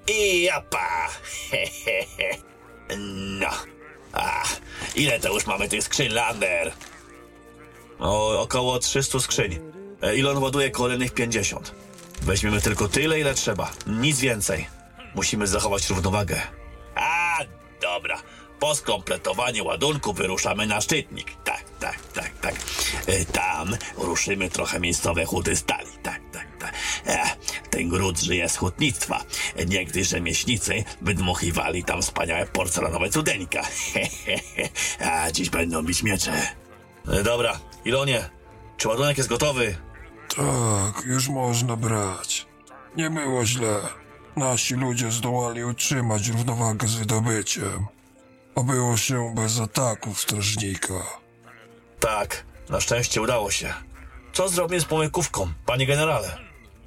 I japa! No. Ile to już mamy tych skrzyń, Lander? Około 300 skrzyń. Elon ładuje kolejnych 50. Weźmiemy tylko tyle, ile trzeba. Nic więcej. Musimy zachować równowagę. Dobra. Po skompletowaniu ładunku wyruszamy na szczytnik. Tak. Tam ruszymy trochę miejscowe huty stali. Tak. Ten gród żyje z hutnictwa. Niegdyś rzemieślnicy wydmuchiwali tam wspaniałe porcelanowe cudeńka. A dziś będą bić miecze. Dobra, Ilonie, czy ładunek jest gotowy? Tak, już można brać. Nie było źle. Nasi ludzie zdołali utrzymać równowagę z wydobyciem. Obyło się bez ataków strażnika. Tak, na szczęście udało się. Co zrobię z pomykówką, panie generale?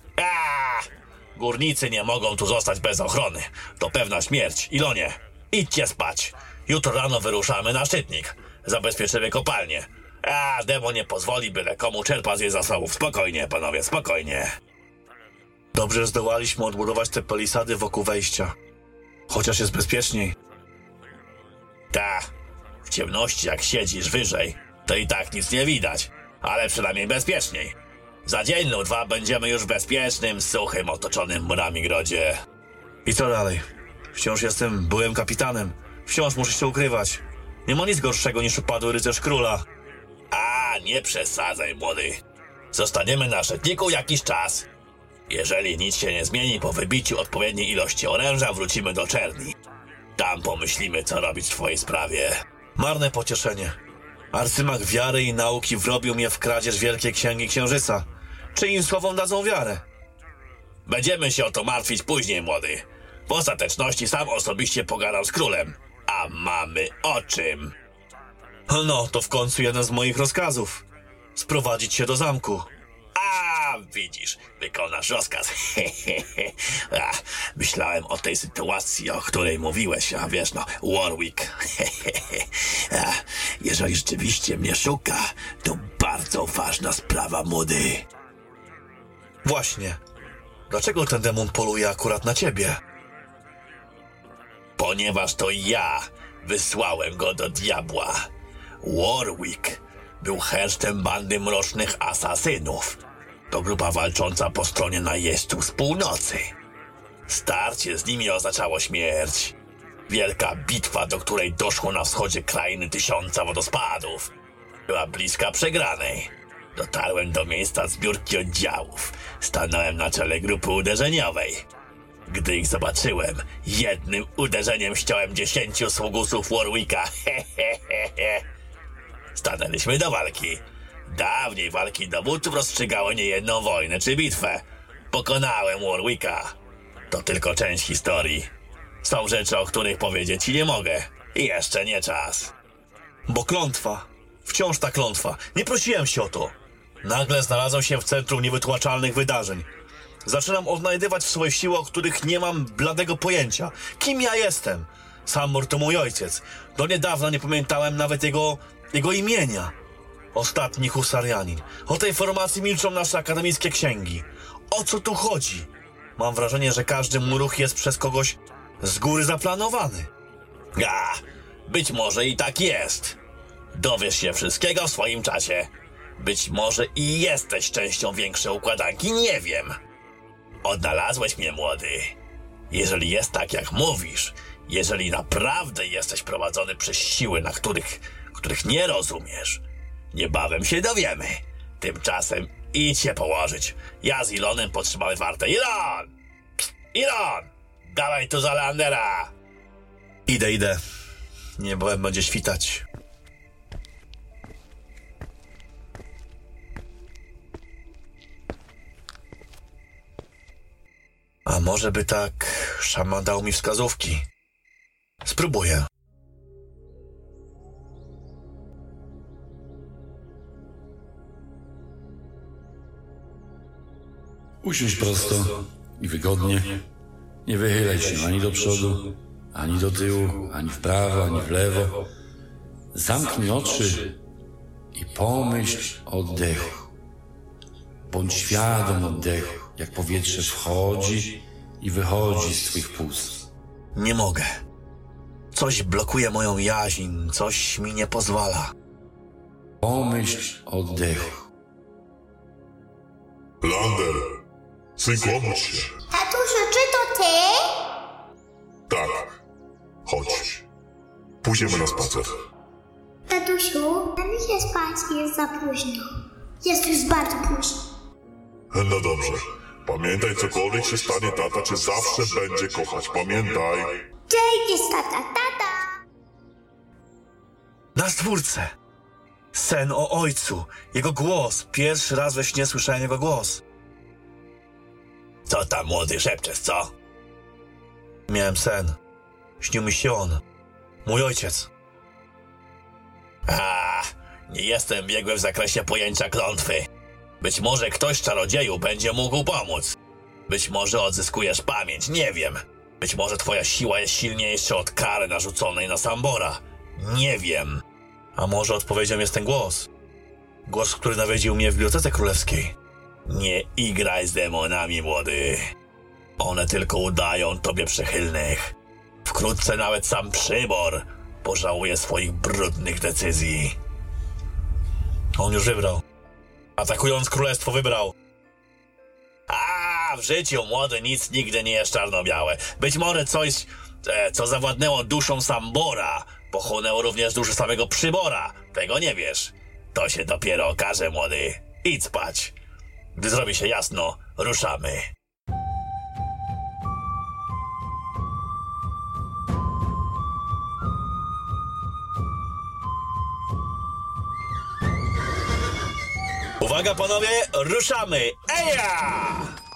Górnicy nie mogą tu zostać bez ochrony. To pewna śmierć. Ilonie, idźcie spać. Jutro rano wyruszamy na szczytnik. Zabezpieczymy kopalnię. Demo nie pozwoli byle komu czerpać z jej zasobów. Spokojnie, panowie, spokojnie. Dobrze, że zdołaliśmy odbudować te palisady wokół wejścia. Chociaż jest bezpieczniej. W ciemności jak siedzisz wyżej, to i tak nic nie widać. Ale przynajmniej bezpieczniej. Za dzień lub dwa będziemy już w bezpiecznym, suchym, otoczonym murami grodzie. I co dalej? Wciąż jestem byłym kapitanem. Wciąż muszę się ukrywać. Nie ma nic gorszego niż upadły rycerz króla. Nie przesadzaj, młody. Zostaniemy na szczytniku jakiś czas. Jeżeli nic się nie zmieni po wybiciu odpowiedniej ilości oręża, wrócimy do Czerni. Tam pomyślimy, co robić w twojej sprawie. Marne pocieszenie. Arcymag wiary i nauki wrobił mnie w kradzież Wielkiej Księgi Księżyca. Czy im słowom dadzą wiarę? Będziemy się o to martwić później, młody. W ostateczności sam osobiście pogadam z królem. A mamy o czym? No, to w końcu jeden z moich rozkazów. Sprowadzić się do zamku. Widzisz, wykonasz rozkaz. Myślałem o tej sytuacji, o której mówiłeś, a wiesz, Warwick. Jeżeli rzeczywiście mnie szuka, to bardzo ważna sprawa, młody. Właśnie. Dlaczego ten demon poluje akurat na ciebie? Ponieważ to ja wysłałem go do diabła. Warwick był hersztem bandy mrocznych asasynów. To grupa walcząca po stronie najeźdźców z północy. Starcie z nimi oznaczało śmierć. Wielka bitwa, do której doszło na wschodzie krainy 1000 wodospadów, była bliska przegranej. Dotarłem do miejsca zbiórki oddziałów. Stanąłem na czele grupy uderzeniowej. Gdy ich zobaczyłem, jednym uderzeniem ściąłem 10 sługusów Warwicka. Stanęliśmy do walki. Dawniej walki dowódców rozstrzygały niejedną wojnę czy bitwę. Pokonałem Warwicka. To tylko część historii. Są rzeczy, o których powiedzieć ci nie mogę. I jeszcze nie czas. Bo klątwa. Wciąż ta klątwa. Nie prosiłem się o to. Nagle znalazłem się w centrum niewytłaczalnych wydarzeń. Zaczynam odnajdywać swoje siły, o których nie mam bladego pojęcia. Kim ja jestem? Samur to mój ojciec. Do niedawna nie pamiętałem nawet jego imienia. Ostatni husarianin. O tej formacji milczą nasze akademickie księgi. O co tu chodzi? Mam wrażenie, że każdy mój ruch jest przez kogoś z góry zaplanowany. Być może i tak jest. Dowiesz się wszystkiego w swoim czasie. Być może i jesteś częścią większej układanki, nie wiem. Odnalazłeś mnie, młody. Jeżeli jest tak, jak mówisz, jeżeli naprawdę jesteś prowadzony przez siły, których nie rozumiesz, niebawem się dowiemy. Tymczasem idź się położyć. Ja z Ilonem podtrzymamy wartę. Ilon! Dawaj tu za Landera! Idę. Niebawem będzie świtać. A może by tak szaman dał mi wskazówki? Spróbuję. Usiądź prosto i wygodnie. Nie wychylaj się ani do przodu, ani do tyłu, ani w prawo, ani w lewo. Zamknij oczy i pomyśl o oddechu. Bądź świadom oddechu, jak powietrze wchodzi i wychodzi z twych pust. Nie mogę. Coś blokuje moją jaźń, coś mi nie pozwala. Pomyśl o oddechu. Lander, synku, obudź się. Tatusiu, czy to ty? Tak, chodź. Pójdziemy na spacer. Tatusiu, daj się spać, jest za późno. Jest już bardzo późno. No dobrze. Pamiętaj, cokolwiek się stanie, tata cię zawsze będzie kochać. Pamiętaj. Dzięki, tata. Na Stwórcę! Sen o ojcu, jego głos. Pierwszy raz we śnie słyszałem jego głos. Co tam, młody, szepczesz, co? Miałem sen. Śnił mi się on. Mój ojciec. Nie jestem biegły w zakresie pojęcia klątwy. Być może ktoś z czarodziejów będzie mógł pomóc. Być może odzyskujesz pamięć, nie wiem. Być może twoja siła jest silniejsza od kary narzuconej na Sambora. Nie wiem. A może odpowiedzią jest ten głos? Głos, który nawiedził mnie w Bibliotece Królewskiej. Nie igraj z demonami, młody. One tylko udają tobie przychylnych. Wkrótce nawet sam przybor pożałuje swoich brudnych decyzji. On już wybrał. Atakując królestwo wybrał. W życiu, młody, nic nigdy nie jest czarno-białe. Być może coś, co zawładnęło duszą Sambora, pochłonęło również duszę samego przybora. Tego nie wiesz. To się dopiero okaże, młody. Idź spać. Gdy zrobi się jasno, ruszamy. Uwaga, panowie, ruszamy! Eja!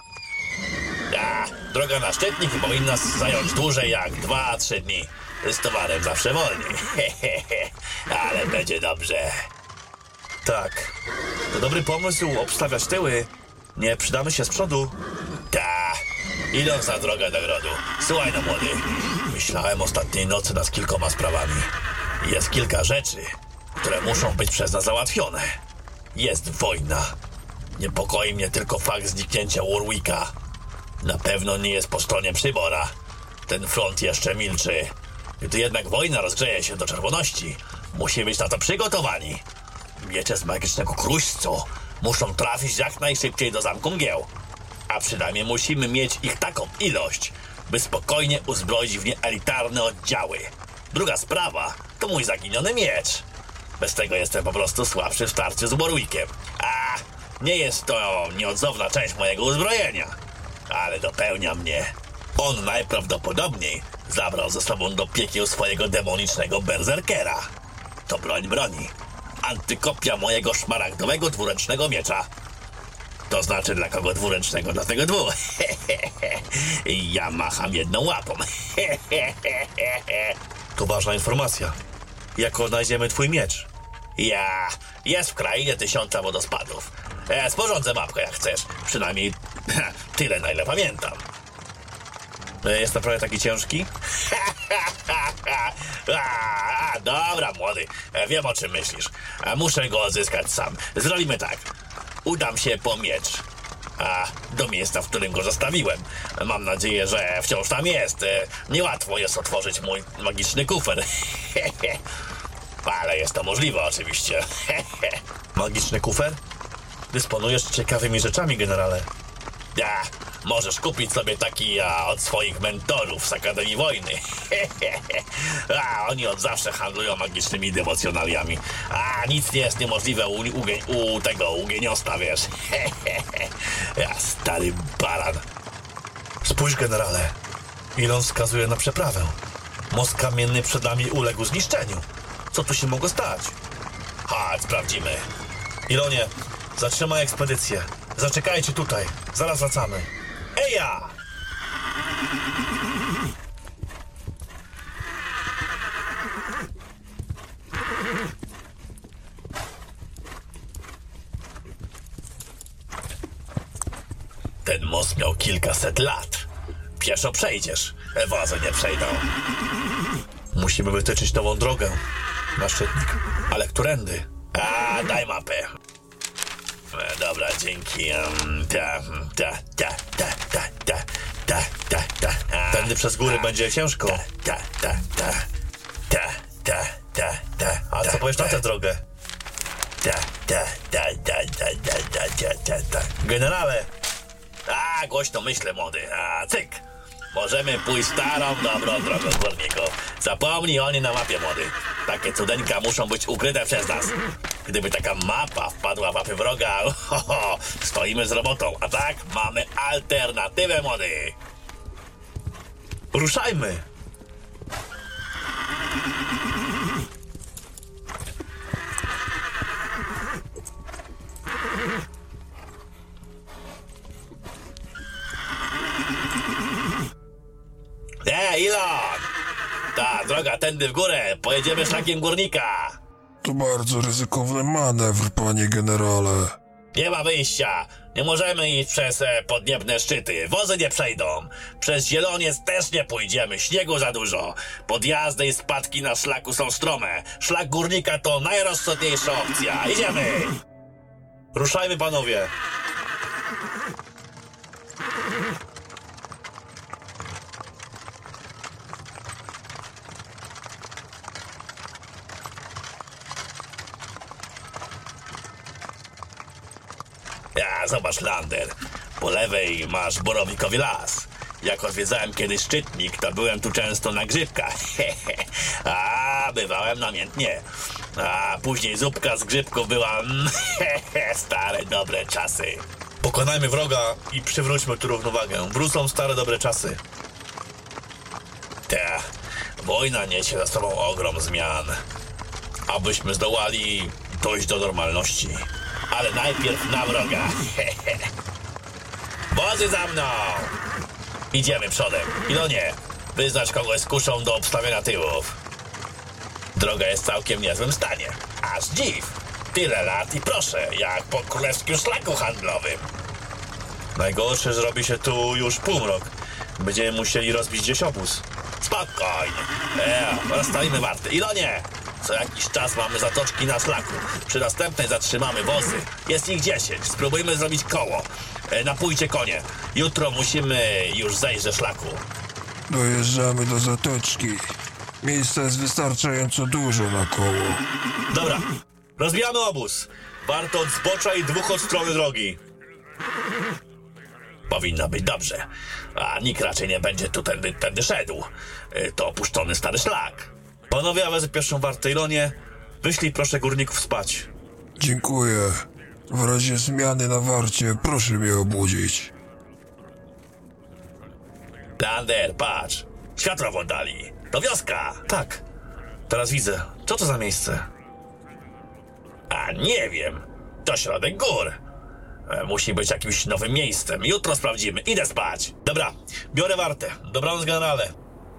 Droga na Szczytnik powinna zająć dłużej jak 2-3 dni. Z towarem zawsze wolniej. Ale będzie dobrze. Tak. To dobry pomysł obstawiać tyły. Nie przydamy się z przodu. Idąc na drogę do grodu. Słuchaj no, młody. Myślałem ostatniej nocy nad kilkoma sprawami. Jest kilka rzeczy, które muszą być przez nas załatwione. Jest wojna. Niepokoi mnie tylko fakt zniknięcia Warwicka. Na pewno nie jest po stronie przybora. Ten front jeszcze milczy. Gdy jednak wojna rozgrzeje się do czerwoności, musi być na to przygotowani. Miecze z magicznego kruszcu muszą trafić jak najszybciej do zamku mgieł. A przynajmniej musimy mieć ich taką ilość, by spokojnie uzbroić w nie elitarne oddziały. Druga sprawa to mój zaginiony miecz. Bez tego jestem po prostu słabszy w starciu z Warwickiem. Nie jest to nieodzowna część mojego uzbrojenia, ale dopełnia mnie. On najprawdopodobniej zabrał ze sobą do piekieł swojego demonicznego berserkera. To broń broni. Antykopia mojego szmaragdowego dwuręcznego miecza. To znaczy dla kogo dwuręcznego, dla tego dwóch. Ja macham jedną łapą. To ważna informacja. Jak odnajdziemy twój miecz? Jest w krainie 1000 wodospadów. Sporządzę mapkę jak chcesz. Przynajmniej tyle, na ile pamiętam. Jest naprawdę taki ciężki? Dobra, młody. Wiem, o czym myślisz. Muszę go odzyskać sam. Zrobimy tak. Udam się po miecz. Do miejsca, w którym go zostawiłem. Mam nadzieję, że wciąż tam jest. Niełatwo jest otworzyć mój magiczny kufer. Ale jest to możliwe, oczywiście. Magiczny kufer? Dysponujesz ciekawymi rzeczami, generale. Możesz kupić sobie taki od swoich mentorów z Akademii Wojny. Oni od zawsze handlują magicznymi dewocjonaliami. Nic nie jest niemożliwe u geniostwa, wiesz. Stary baran. Spójrz, generale. Ilon wskazuje na przeprawę. Most kamienny przed nami uległ zniszczeniu. Co tu się mogło stać? Chodź, sprawdzimy. Ilonie, zatrzymaj ekspedycję. Zaczekajcie tutaj. Zaraz wracamy. Eja! Ten most miał kilkaset lat. Pieszo przejdziesz. Wozy nie przejdą. Musimy wytyczyć nową drogę na Szczytnik. Ale którędy? Daj mapę. Dobra, dzięki. Tędy przez góry będzie ciężko. A co powiesz na tę drogę? Generale! Głośno myślę, młody. Cyk! Możemy pójść starą, dobrą drogą, górniku. Zapomnij o niej na mapie, młody. Takie cudeńka muszą być ukryte przez nas. Gdyby taka mapa wpadła w łapy wroga, stoimy z robotą. A tak, mamy alternatywę, młody. Ruszajmy! Ilon! Ta droga tędy w górę, pojedziemy szlakiem górnika. To bardzo ryzykowny manewr, panie generale. Nie ma wyjścia. Nie możemy iść przez podniebne szczyty. Wozy nie przejdą. Przez Zieloniec też nie pójdziemy. Śniegu za dużo. Podjazdy i spadki na szlaku są strome. Szlak górnika to najrozsądniejsza opcja. Idziemy! Ruszajmy, panowie. Zobacz, Lander. Po lewej masz borowikowy las. Jak odwiedzałem kiedyś Szczytnik, to byłem tu często na grzybkach. Bywałem namiętnie. Później zupka z grzybków była... stare, dobre czasy. Pokonajmy wroga i przywróćmy tu równowagę. Wrócą stare, dobre czasy. Wojna niesie za sobą ogrom zmian. Abyśmy zdołali dojść do normalności. Ale najpierw na wroga. Wozy za mną! Idziemy przodem. Ilonie, wyznacz kogoś z kuszą do obstawienia tyłów. Droga jest w całkiem niezłym stanie. Aż dziw. Tyle lat i proszę, jak po królewskim szlaku handlowym. Najgorsze zrobi się tu już półmrok. Będziemy musieli rozbić gdzieś obóz. Spokojnie. Rozstawimy warty. Ilonie! Co jakiś czas mamy zatoczki na szlaku. Przy następnej zatrzymamy wozy. Jest ich 10. Spróbujmy zrobić koło. Napójcie konie. Jutro musimy już zejść ze szlaku. Dojeżdżamy do zatoczki. Miejsca jest wystarczająco dużo na koło. Dobra, rozbijamy obóz. Warto od zbocza i 2 od strony drogi. Powinno być dobrze. Nikt raczej nie będzie tu tędy szedł. To opuszczony stary szlak. Panowie, a wezmę pierwszą wartę. Ilonie, wyślij proszę górników spać. Dziękuję. W razie zmiany na warcie proszę mnie obudzić. Lander, patrz. Światło w oddali. To wioska. Tak. Teraz widzę. Co to za miejsce? Nie wiem. To środek gór. Musi być jakimś nowym miejscem. Jutro sprawdzimy. Idę spać. Dobra, biorę wartę. Dobranoc, generale.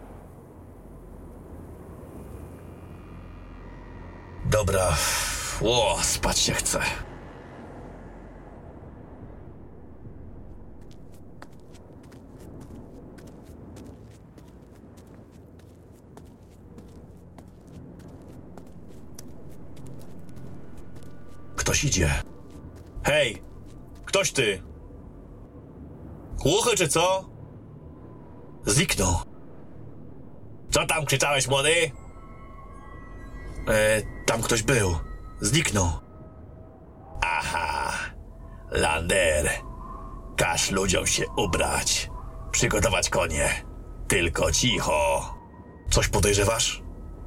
Dobra. Spać się chce. Ktoś idzie. Hej! Ktoś ty! Głuchy czy co? Zniknął. Co tam krzyczałeś, młody? Tam ktoś był. Zniknął. Aha. Lander. Każ ludziom się ubrać. Przygotować konie. Tylko cicho. Coś podejrzewasz?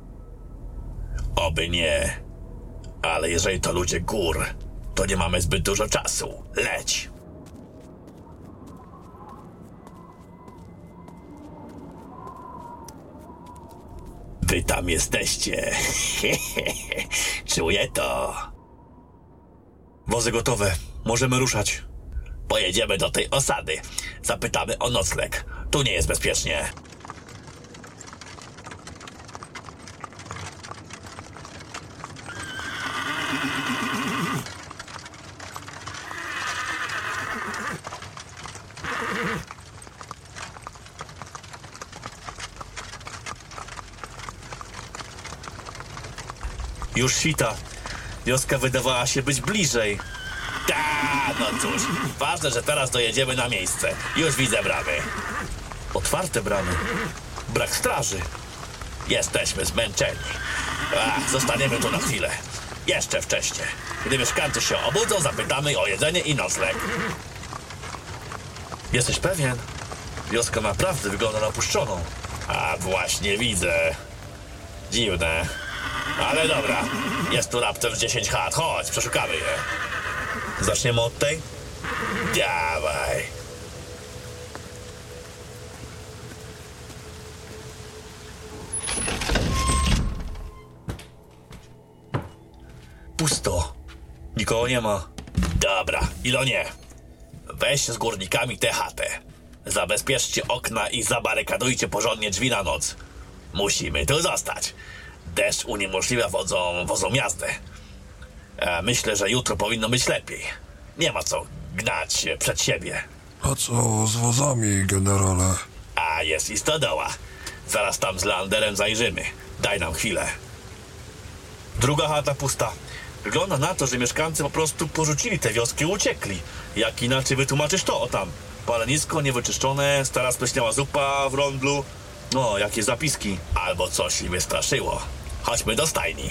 Oby nie. Ale jeżeli to ludzie gór, to nie mamy zbyt dużo czasu. Leć. Wy tam jesteście. Czuję to. Wozy gotowe. Możemy ruszać. Pojedziemy do tej osady. Zapytamy o nocleg. Tu nie jest bezpiecznie. Już świta. Wioska wydawała się być bliżej. No cóż, ważne, że teraz dojedziemy na miejsce. Już widzę bramy. Otwarte bramy. Brak straży. Jesteśmy zmęczeni. Zostaniemy tu na chwilę. Jeszcze wcześnie. Gdy mieszkańcy się obudzą, zapytamy o jedzenie i nocleg. Jesteś pewien? Wioska naprawdę wygląda na opuszczoną. A właśnie widzę. Dziwne. Ale dobra. Jest tu raptem 10 chat. Chodź, przeszukamy je. Zaczniemy od tej? Dawaj. Pusto. Nikogo nie ma. Dobra, Ilonie. Weź z górnikami tę chatę. Zabezpieczcie okna i zabarykadujcie porządnie drzwi na noc. Musimy tu zostać. Deszcz uniemożliwia wozom jazdę. Myślę, że jutro powinno być lepiej. Nie ma co gnać się przed siebie. A co z wozami, generale? A jest i stodoła. Zaraz tam z Landerem zajrzymy. Daj nam chwilę. Druga chata pusta. Wygląda na to, że mieszkańcy po prostu porzucili tę wioskę i uciekli. Jak inaczej wytłumaczysz to o tam? Palenisko niewyczyszczone, stara spleśniała zupa w rondlu. No, jakie zapiski. Albo coś ich wystraszyło. Chodźmy do stajni.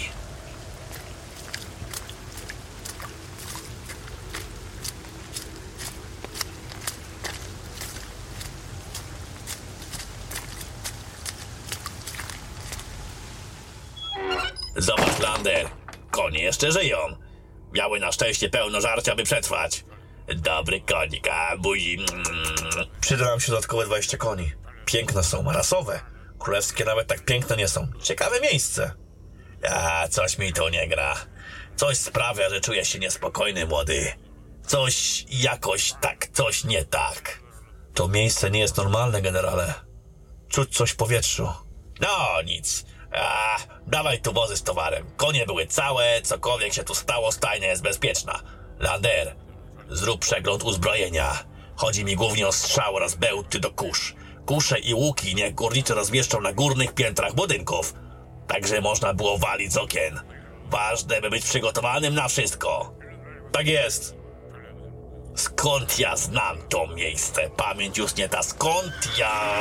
Zobacz, Lander. Konie jeszcze żyją. Miały na szczęście pełno żarcia, by przetrwać. Dobry konik, a buzi... Przyda nam się dodatkowe 20 koni. Piękne są, rasowe. Królewskie nawet tak piękne nie są. Ciekawe miejsce. Coś mi tu nie gra. Coś sprawia, że czuję się niespokojny, młody. Coś coś nie tak. To miejsce nie jest normalne, generale. Czuć coś w powietrzu. No, nic. Dawaj tu wozy z towarem. Konie były całe, cokolwiek się tu stało, stajnia jest bezpieczna. Lander, zrób przegląd uzbrojenia. Chodzi mi głównie o strzał oraz bełty do kusz. Kusze i łuki niech górnicy rozmieszczą na górnych piętrach budynków. Tak, żeby można było walić z okien. Ważne, by być przygotowanym na wszystko. Tak jest. Skąd ja znam to miejsce? Pamięć już nie ta. Skąd ja...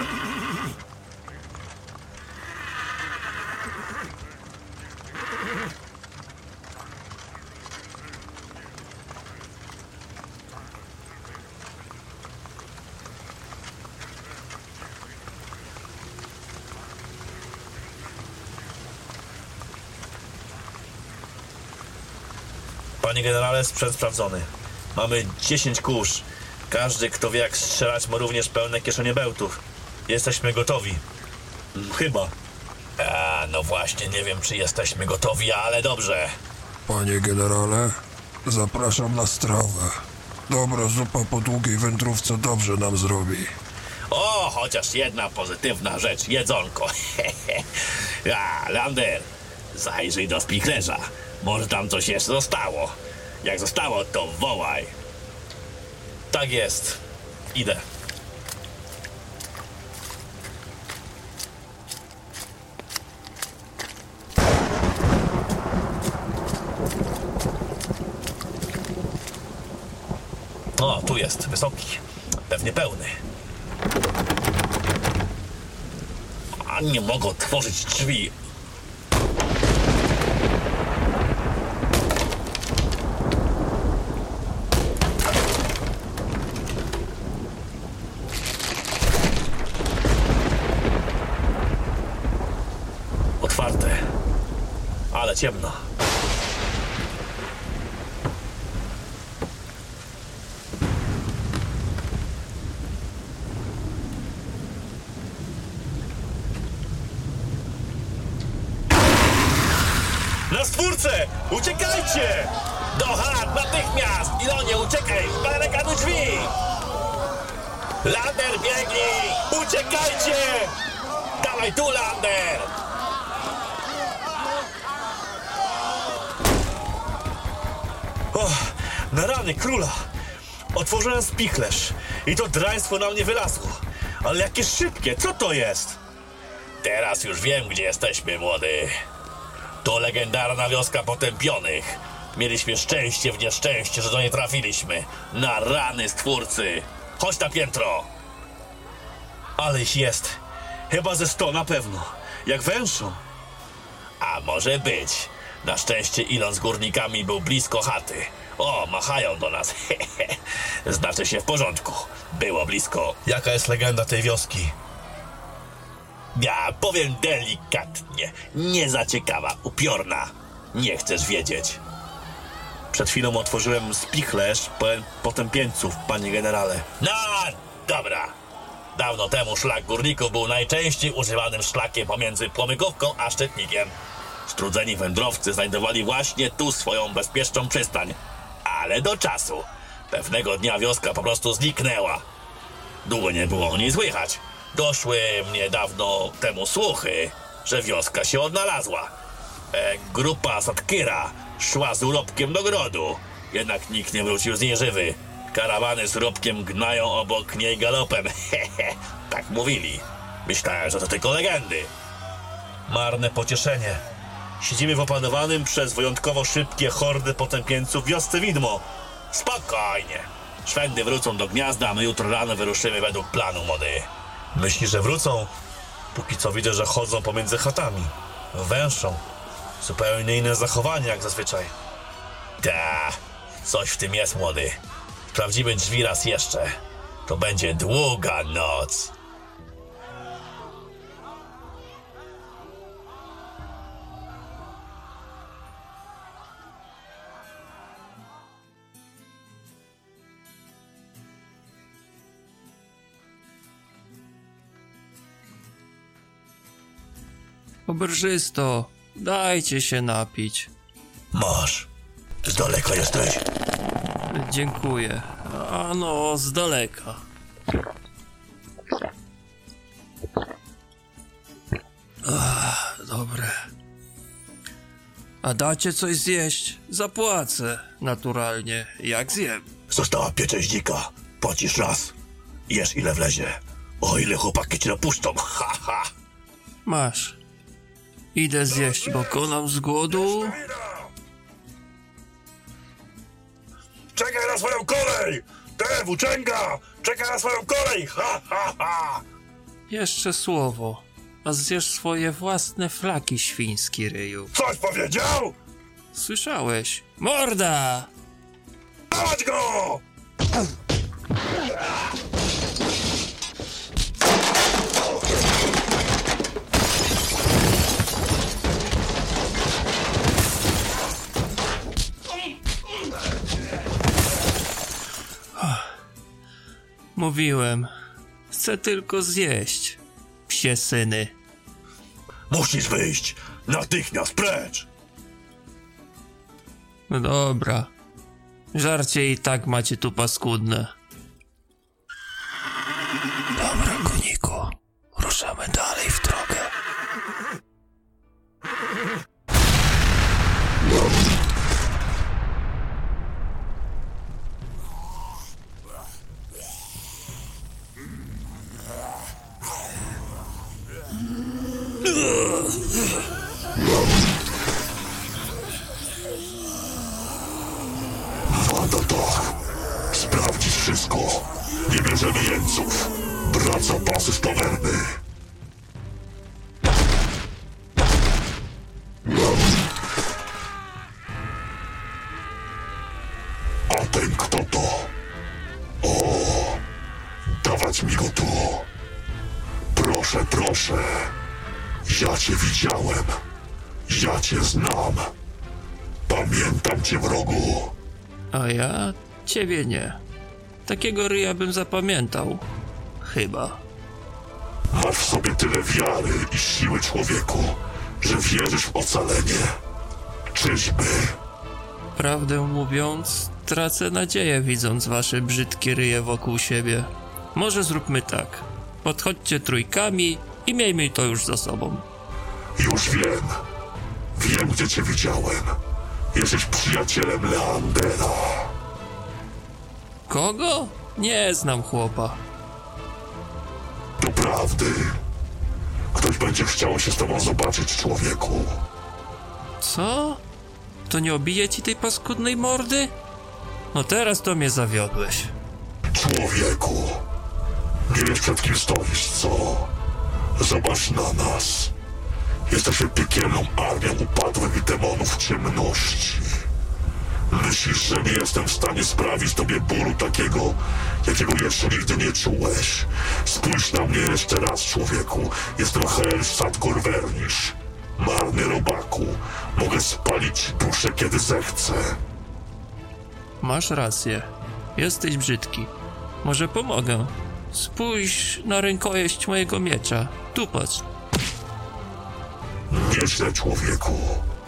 Panie generale, sprzęt sprawdzony. Mamy 10 kusz. Każdy, kto wie jak strzelać, ma również pełne kieszenie bełtów. Jesteśmy gotowi. Chyba. No właśnie, nie wiem, czy jesteśmy gotowi, ale dobrze. Panie generale, zapraszam na strawę. Dobra zupa po długiej wędrówce dobrze nam zrobi. O, chociaż jedna pozytywna rzecz, jedzonko. Lander, zajrzyj do spichlerza. Może tam coś jeszcze zostało. Jak zostało, to wołaj. Tak jest. Idę. O, tu jest, wysoki. Pewnie pełny. A nie mogę otworzyć drzwi. Otwarte. Ale ciemno. Na stwórce! Uciekajcie! Do chat, natychmiast! Ilonie, uciekaj! Barykaduj drzwi! Lander, biegnij! Uciekajcie! Dawaj tu, Lander! Na rany króla! Otworzyłem spichlerz i to draństwo na mnie wylazło. Ale jakie szybkie, co to jest? Teraz już wiem, gdzie jesteśmy, młody. To legendarna wioska potępionych. Mieliśmy szczęście w nieszczęście, że do niej trafiliśmy. Na rany stwórcy. Chodź na piętro. Ale ich jest. Chyba ze 100 na pewno. Jak węższą. A może być. Na szczęście Ilon z górnikami był blisko chaty. O, machają do nas. Znaczy się w porządku. Było blisko. Jaka jest legenda tej wioski? Ja powiem delikatnie. Nie za ciekawa, upiorna. Nie chcesz wiedzieć. Przed chwilą otworzyłem spichlerz potępieńców, panie generale. No, dobra. Dawno temu szlak górników był najczęściej używanym szlakiem pomiędzy Płomykówką a Szczytnikiem. Strudzeni wędrowcy znajdowali właśnie tu swoją bezpieczną przystań. Ale do czasu. Pewnego dnia wioska po prostu zniknęła. Długo nie było o niej słychać. Doszły mnie dawno temu słuchy, że wioska się odnalazła. Grupa Satkyra szła z urobkiem do grodu. Jednak nikt nie wrócił z niej żywy. Karawany z urobkiem gnają obok niej galopem. Tak mówili. Myślałem, że to tylko legendy. Marne pocieszenie. Siedzimy w opanowanym przez wyjątkowo szybkie hordy potępieńców wiosce widmo. Spokojnie. Szwędy wrócą do gniazda, a my jutro rano wyruszymy według planu, młody. Myślisz, że wrócą? Póki co widzę, że chodzą pomiędzy chatami. Węszą. Zupełnie inne zachowanie jak zazwyczaj. Ta, coś w tym jest, młody. Sprawdzimy drzwi raz jeszcze. To będzie długa noc. Oberżysto, dajcie się napić. Masz. Z daleka jesteś. Dziękuję. A no, z daleka. Dobre. A dacie coś zjeść? Zapłacę. Naturalnie, jak zjem. Została pieczeździka. Płacisz raz. Jesz ile wlezie. O ile chłopaki cię dopuszczą. Ha, ha. Masz. Idę zjeść, bo konam z głodu. Czekaj na swoją kolej! Te, włóczęga! Czekaj na swoją kolej! Ha, ha, ha! Jeszcze słowo, a zjesz swoje własne flaki, świński ryju. Coś powiedział? Słyszałeś? Morda! Dawać go! Mówiłem, chcę tylko zjeść, psie syny. Musisz wyjść! Natychmiast precz! No dobra, żarcie i tak macie tu paskudne. Dobra, koniku, ruszamy dalej w drogę. Wadata, sprawdzić wszystko. Nie bierzemy jeńców. Brat zapasy z tawerny. A ten kto to? O, dawać mi go tu. Proszę, proszę. Ja cię widziałem. Ja cię znam. Pamiętam cię, wrogu. A ja ciebie nie. Takiego ryja bym zapamiętał. Chyba. Masz w sobie tyle wiary i siły, człowieku, że wierzysz w ocalenie. Czyżby? Prawdę mówiąc, tracę nadzieję, widząc wasze brzydkie ryje wokół siebie. Może zróbmy tak. Podchodźcie trójkami i miejmy to już za sobą. Już wiem. Wiem, gdzie cię widziałem. Jesteś przyjacielem Leandera. Kogo? Nie znam chłopa. Doprawdy. Ktoś będzie chciał się z tobą zobaczyć, człowieku. Co? To nie obije ci tej paskudnej mordy? No teraz to mnie zawiodłeś. Człowieku. Nie wiesz, przed kim stoisz, co? Zobacz na nas. Jesteśmy piekielną armią upadłych demonów ciemności. Myślisz, że nie jestem w stanie sprawić tobie bólu takiego, jakiego jeszcze nigdy nie czułeś? Spójrz na mnie jeszcze raz, człowieku. Jestem Hel Sadgor Vernish. Marny robaku. Mogę spalić ci duszę, kiedy zechcę. Masz rację. Jesteś brzydki. Może pomogę. Spójrz na rękojeść mojego miecza. Tu patrz. Nieźle, człowieku.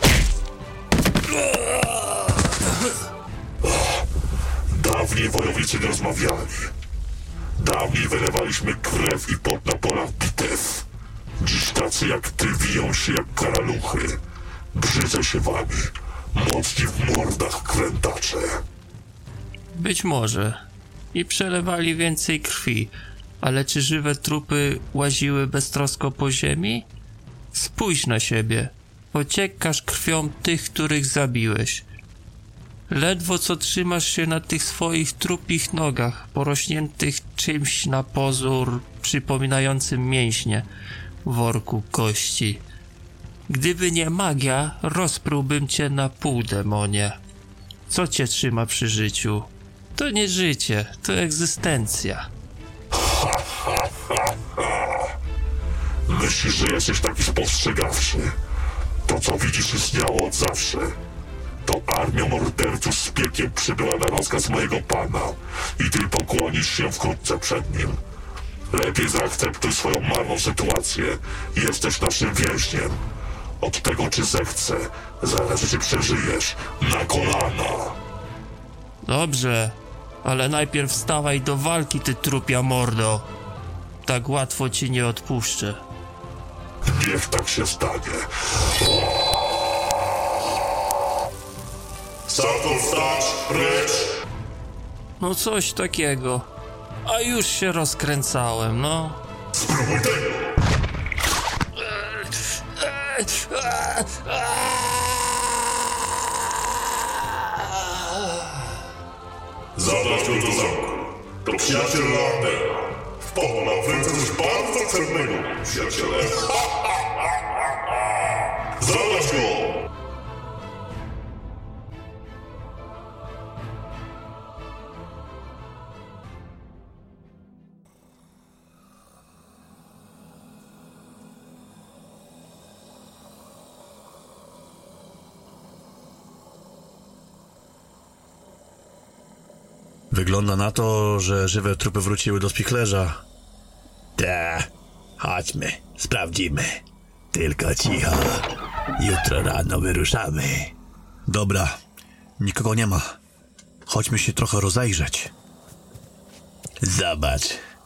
Dawniej wojownicy nie rozmawiali. Dawniej wylewaliśmy krew i pot na polach bitew. Dziś tacy jak ty wiją się jak karaluchy. Brzydzę się wami. Mocni w mordach krętacze. Być może. I przelewali więcej krwi. Ale czy żywe trupy łaziły beztrosko po ziemi? Spójrz na siebie. Pociekasz krwią tych, których zabiłeś. Ledwo co trzymasz się na tych swoich trupich nogach, porośniętych czymś na pozór przypominającym mięśnie w worku kości. Gdyby nie magia, rozprułbym cię na pół, demonie. Co cię trzyma przy życiu? To nie życie, to egzystencja. Myślisz, że jesteś taki spostrzegawczy? To, co widzisz, istniało od zawsze. To armia morderców z piekieł przybyła na rozkaz mojego pana i ty pokłonisz się wkrótce przed nim. Lepiej zaakceptuj swoją marną sytuację. Jesteś naszym więźniem. Od tego, czy zechcę, zależy, czy przeżyjesz. Na kolana! Dobrze, ale najpierw wstawaj do walki, ty trupia mordo. Tak łatwo ci nie odpuszczę. Niech tak się stanie. Sadgor, wstać! Precz! No coś takiego. A już się rozkręcałem, no. Spróbuj tego! Zabrać go do zamku. To przyjaciel Landera. Wpadł na w ręce coś bardzo cennego, przyjaciele. Zabrać go! Wygląda na to, że żywe trupy wróciły do spichlerza. Chodźmy, sprawdzimy. Tylko cicho. Jutro rano wyruszamy. Dobra, nikogo nie ma. Chodźmy się trochę rozejrzeć. Zobacz.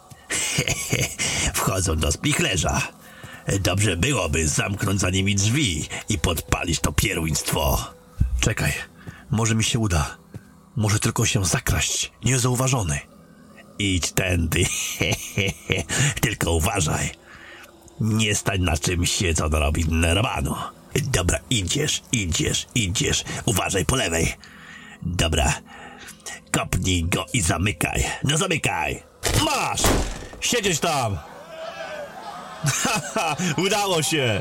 Wchodzą do spichlerza. Dobrze byłoby zamknąć za nimi drzwi i podpalić to pieruństwo. Czekaj, może mi się uda. Może tylko się zakraść, niezauważony. Idź tędy, tylko uważaj. Nie stań na czymś siedząc robić nerwanu. Dobra, idziesz. Uważaj po lewej. Dobra, kopnij go i zamykaj. No zamykaj. Masz! Siedzieć tam! Udało się!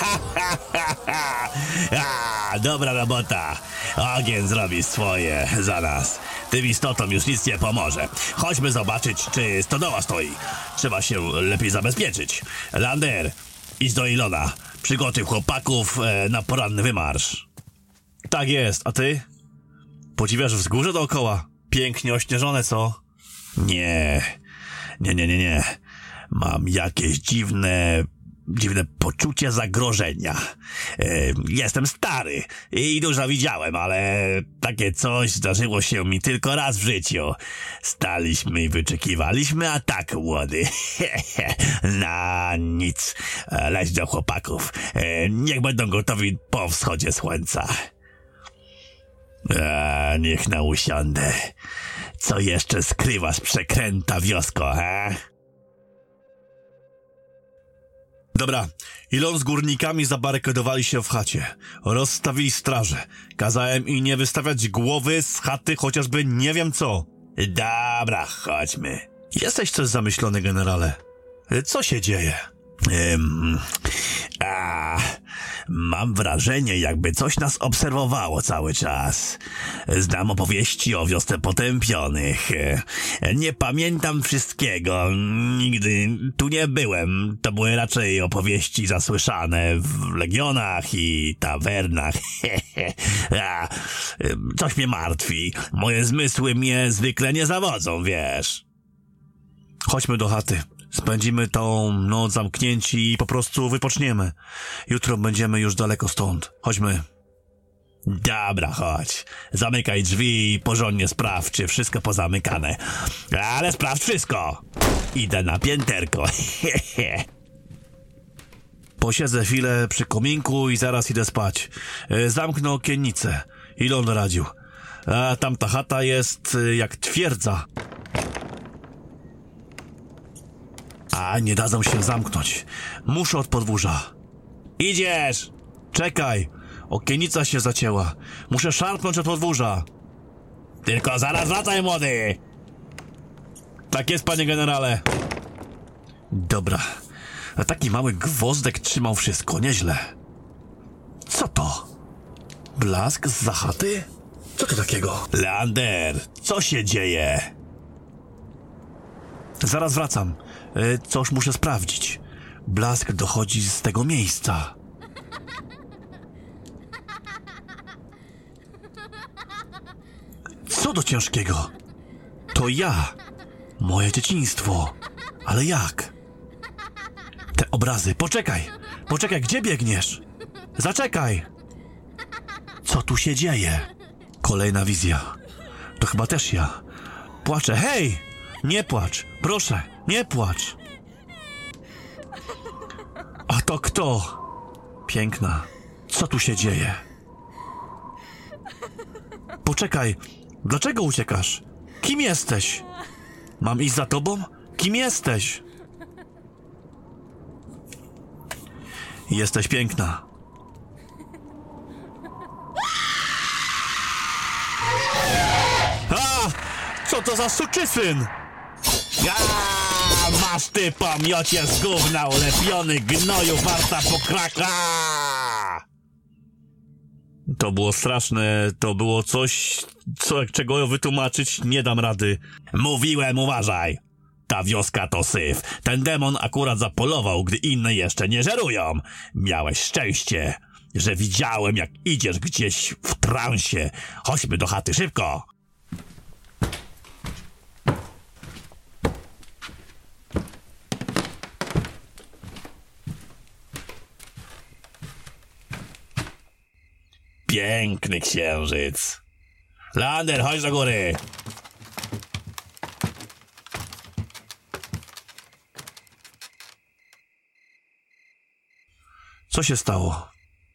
Dobra robota. Ogień zrobi swoje za nas. Tym istotom już nic nie pomoże. Chodźmy zobaczyć, czy stodoła stoi. Trzeba się lepiej zabezpieczyć. Lander, idź do Ilona. Przygotuj chłopaków na poranny wymarsz. Tak jest, a ty? Podziwiasz wzgórze dookoła? Pięknie ośnieżone, co? Nie. Mam jakieś dziwne poczucie zagrożenia. Jestem stary i dużo widziałem, ale takie coś zdarzyło się mi tylko raz w życiu. Staliśmy i wyczekiwaliśmy ataku, młody. Na nic. Leć do chłopaków. Niech będą gotowi po wschodzie słońca. Niech na usiądę. Co jeszcze skrywasz, przekręta wiosko, he? Dobra, Ilon z górnikami zabarykadowali się w chacie. Rozstawili straże. Kazałem im nie wystawiać głowy z chaty, chociażby nie wiem co. Dobra, chodźmy. Jesteś coś zamyślony, generale. Co się dzieje? Mam wrażenie, jakby coś nas obserwowało cały czas. Znam opowieści o wiosce potępionych. Nie pamiętam wszystkiego. Nigdy tu nie byłem. To były raczej opowieści zasłyszane w legionach i tawernach. Coś mnie martwi. Moje zmysły mnie zwykle nie zawodzą, wiesz. Chodźmy do chaty. Spędzimy tą noc zamknięci i po prostu wypoczniemy. Jutro będziemy już daleko stąd. Chodźmy. Dobra, chodź. Zamykaj drzwi i porządnie sprawdź, czy wszystko pozamykane. Ale sprawdź wszystko. Idę na pięterko. Posiedzę chwilę przy kominku i zaraz idę spać. Zamknę okiennicę. Ile on radził? A tamta chata jest jak twierdza. A nie dadzą się zamknąć. Muszę od podwórza. Idziesz! Czekaj! Okienica się zacięła. Muszę szarpnąć od podwórza. Tylko zaraz wracaj, młody! Tak jest, panie generale. Dobra. A taki mały gwozdek trzymał wszystko. Nieźle. Co to? Blask zza chaty? Co to takiego? Leander, co się dzieje? Zaraz wracam. Coś muszę sprawdzić. Blask dochodzi z tego miejsca. Co do ciężkiego? To ja. Moje dzieciństwo. Ale jak? Te obrazy. Poczekaj. Poczekaj, gdzie biegniesz? Zaczekaj. Co tu się dzieje? Kolejna wizja. To chyba też ja. Płaczę. Hej! Nie płacz. Proszę, nie płacz. A to kto? Piękna. Co tu się dzieje? Poczekaj. Dlaczego uciekasz? Kim jesteś? Mam iść za tobą? Kim jesteś? Jesteś piękna. A! Co to za suczysyn? Masz ty, pomiocie z gówna, ulepiony gnoju, warta pokraka! To było straszne, to było coś, czego wytłumaczyć nie dam rady. Mówiłem, uważaj! Ta wioska to syf. Ten demon akurat zapolował, gdy inne jeszcze nie żerują. Miałeś szczęście, że widziałem, jak idziesz gdzieś w transie. Chodźmy do chaty, szybko! Piękny księżyc. Leander, chodź do góry. Co się stało?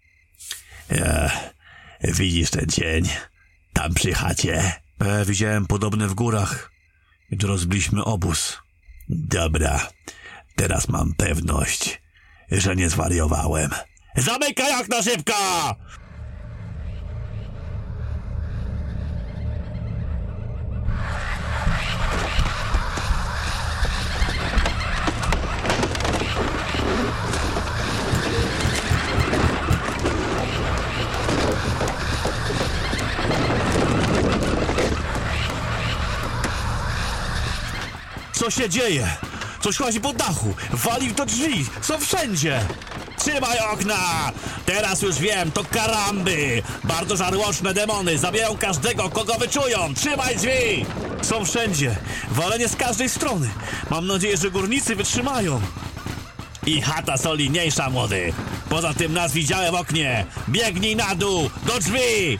Widzisz ten cień? Tam przy chacie? Widziałem podobny w górach, gdy rozbiliśmy obóz. Dobra, teraz mam pewność, że nie zwariowałem. Zamykaj okno szybko! Co się dzieje? Coś chodzi po dachu. Wali do drzwi. Są wszędzie. Trzymaj okna! Teraz już wiem, to karamby. Bardzo żarłoczne demony. Zabijają każdego, kogo wyczują. Trzymaj drzwi! Są wszędzie. Walenie z każdej strony. Mam nadzieję, że górnicy wytrzymają. I chata solidniejsza, młody. Poza tym nas widziałem w oknie. Biegnij na dół, do drzwi!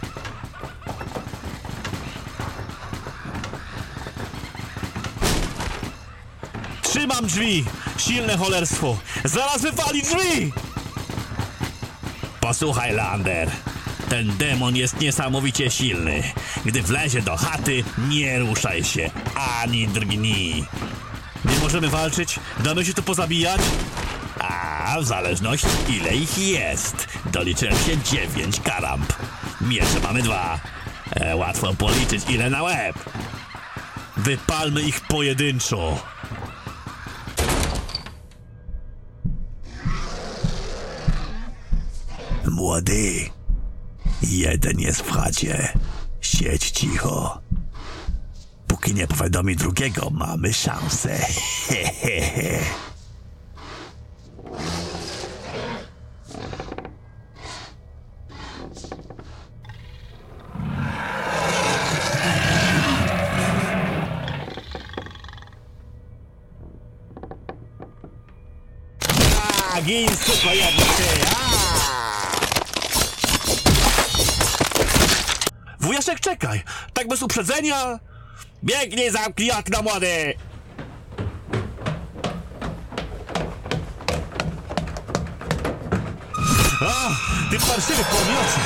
Trzymam drzwi! Silne cholerstwo! Zaraz wypali drzwi! Posłuchaj, Leander. Ten demon jest niesamowicie silny. Gdy wlezie do chaty, nie ruszaj się, ani drgnij. Nie możemy walczyć? Damy się tu pozabijać? A w zależności ile ich jest. Doliczyłem się 9 karamb. Miecze mamy 2. Łatwo policzyć ile na łeb. Wypalmy ich pojedynczo. Młody, jeden jest w chacie. Siedź cicho. Póki nie powiadomi drugiego, mamy szansę. Gin, suko jedna, ty! Wujaszek, czekaj! Tak bez uprzedzenia! Biegnij, zamknij okno, młody! A, ty parszywy pomiocie!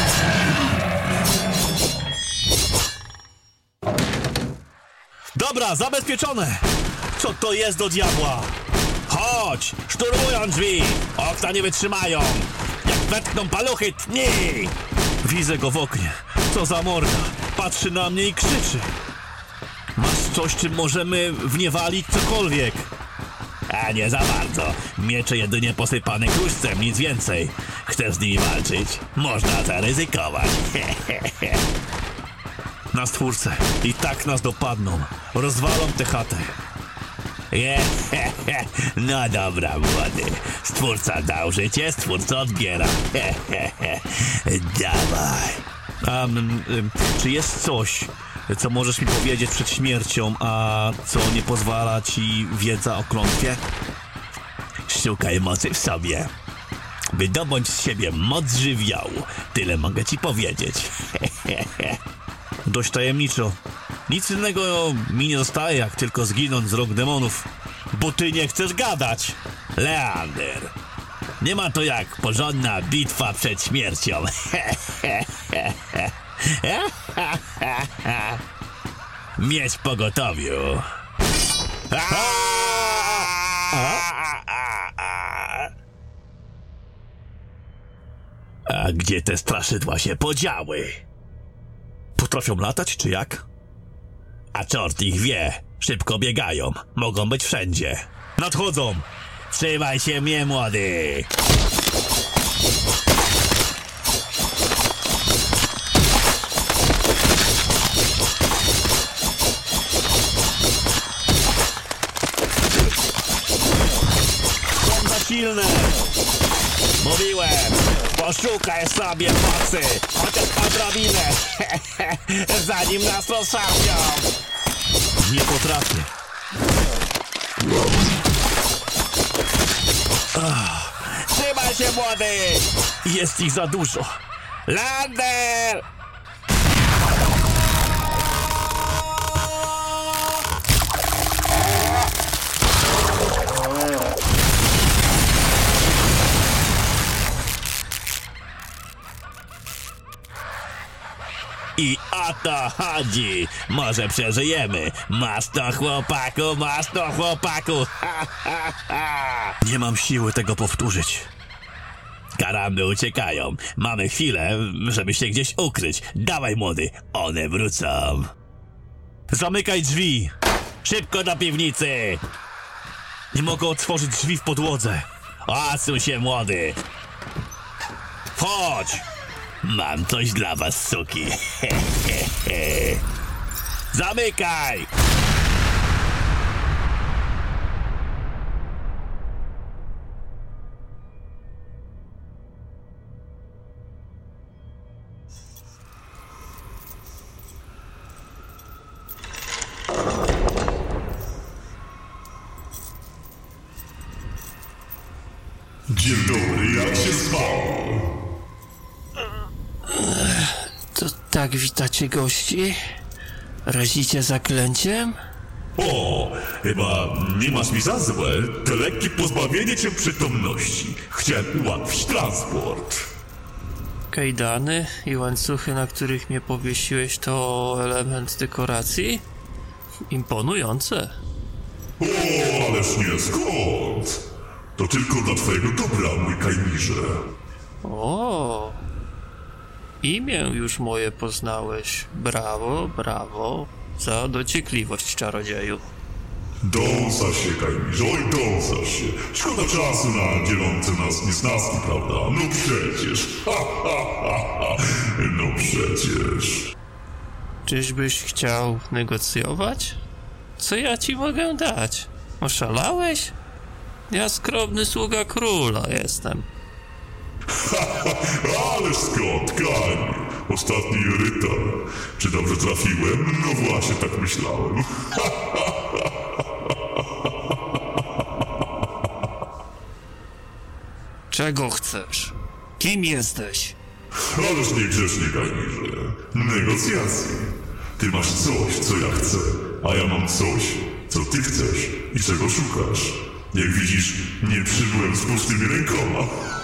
Dobra, zabezpieczone! Co to jest do diabła? Chodź! Szturmują drzwi! Okna nie wytrzymają! Jak wetkną paluchy, tnij! Widzę go w oknie. Co za morda! Patrzy na mnie i krzyczy. Masz coś, czym możemy wniewalić cokolwiek? A nie za bardzo. Miecze jedynie posypane kruszcem, nic więcej. Chcesz z nimi walczyć? Można zaryzykować. Na stwórce. I tak nas dopadną. Rozwalą tę chatę. No dobra, młody. Stwórca dał życie, stwórca odbiera. Dawaj. Czy jest coś, co możesz mi powiedzieć przed śmiercią, a co nie pozwala ci wiedza o klątwie? Szukaj mocy w sobie. Wydobądź z siebie moc żywiołu. Tyle mogę ci powiedzieć. Dość tajemniczo. Nic innego mi nie zostaje, jak tylko zginąć z rąk demonów. Bo ty nie chcesz gadać. Leander. Nie ma to jak porządna bitwa przed śmiercią. Mieć w pogotowiu. A gdzie te straszydła się podziały? Potrafią latać, czy jak? A czort ich wie. Szybko biegają. Mogą być wszędzie. Nadchodzą! Trzymaj się mnie, młody! Są za silne! Mówiłem! Poszukaj sobie mocy! Chociaż odrobinę! Zanim nas rozszarpią! Nie potrafię. Trzymaj się, młody! Jest ich za dużo. Lander! I o to chodzi. Może przeżyjemy. Masz to, chłopaku, masz to, chłopaku. Ha, ha, ha. Nie mam siły tego powtórzyć. Karamby uciekają. Mamy chwilę, żeby się gdzieś ukryć. Dawaj, młody, one wrócą. Zamykaj drzwi. Szybko do piwnicy. Nie mogę otworzyć drzwi w podłodze. Odsuń się, młody. Chodź. Mam coś dla was, suki. Zamykaj! Dzień dobry, jak się spało? To tak witacie gości? Razicie zaklęciem? O, chyba nie masz mi za złe. To lekkie pozbawienie cię przytomności. Chciałem ułatwić transport. Kajdany i łańcuchy, na których mnie powiesiłeś, to element dekoracji? Imponujące. O, ależ nie, skąd? To tylko dla twojego dobra, mój Kajmirze. O, imię już moje poznałeś. Brawo, brawo. Za dociekliwość, czarodzieju. Dąsa się, Kajmirze, oj dąsa się. Szkoda czasu na dzielące nas niesnaski, prawda? No przecież, no przecież. Czyżbyś chciał negocjować? Co ja ci mogę dać? Oszalałeś? Ja skromny sługa króla jestem. Ależ skąd, Kajmir? Ostatni rytar. Czy dobrze trafiłem? No właśnie, tak myślałem. Czego chcesz? Kim jesteś? Ależ niegrzecznie, Kajmirze. Negocjacje. Ty masz coś, co ja chcę, a ja mam coś, co ty chcesz i czego szukasz. Jak widzisz, nie przybyłem z pustymi rękoma.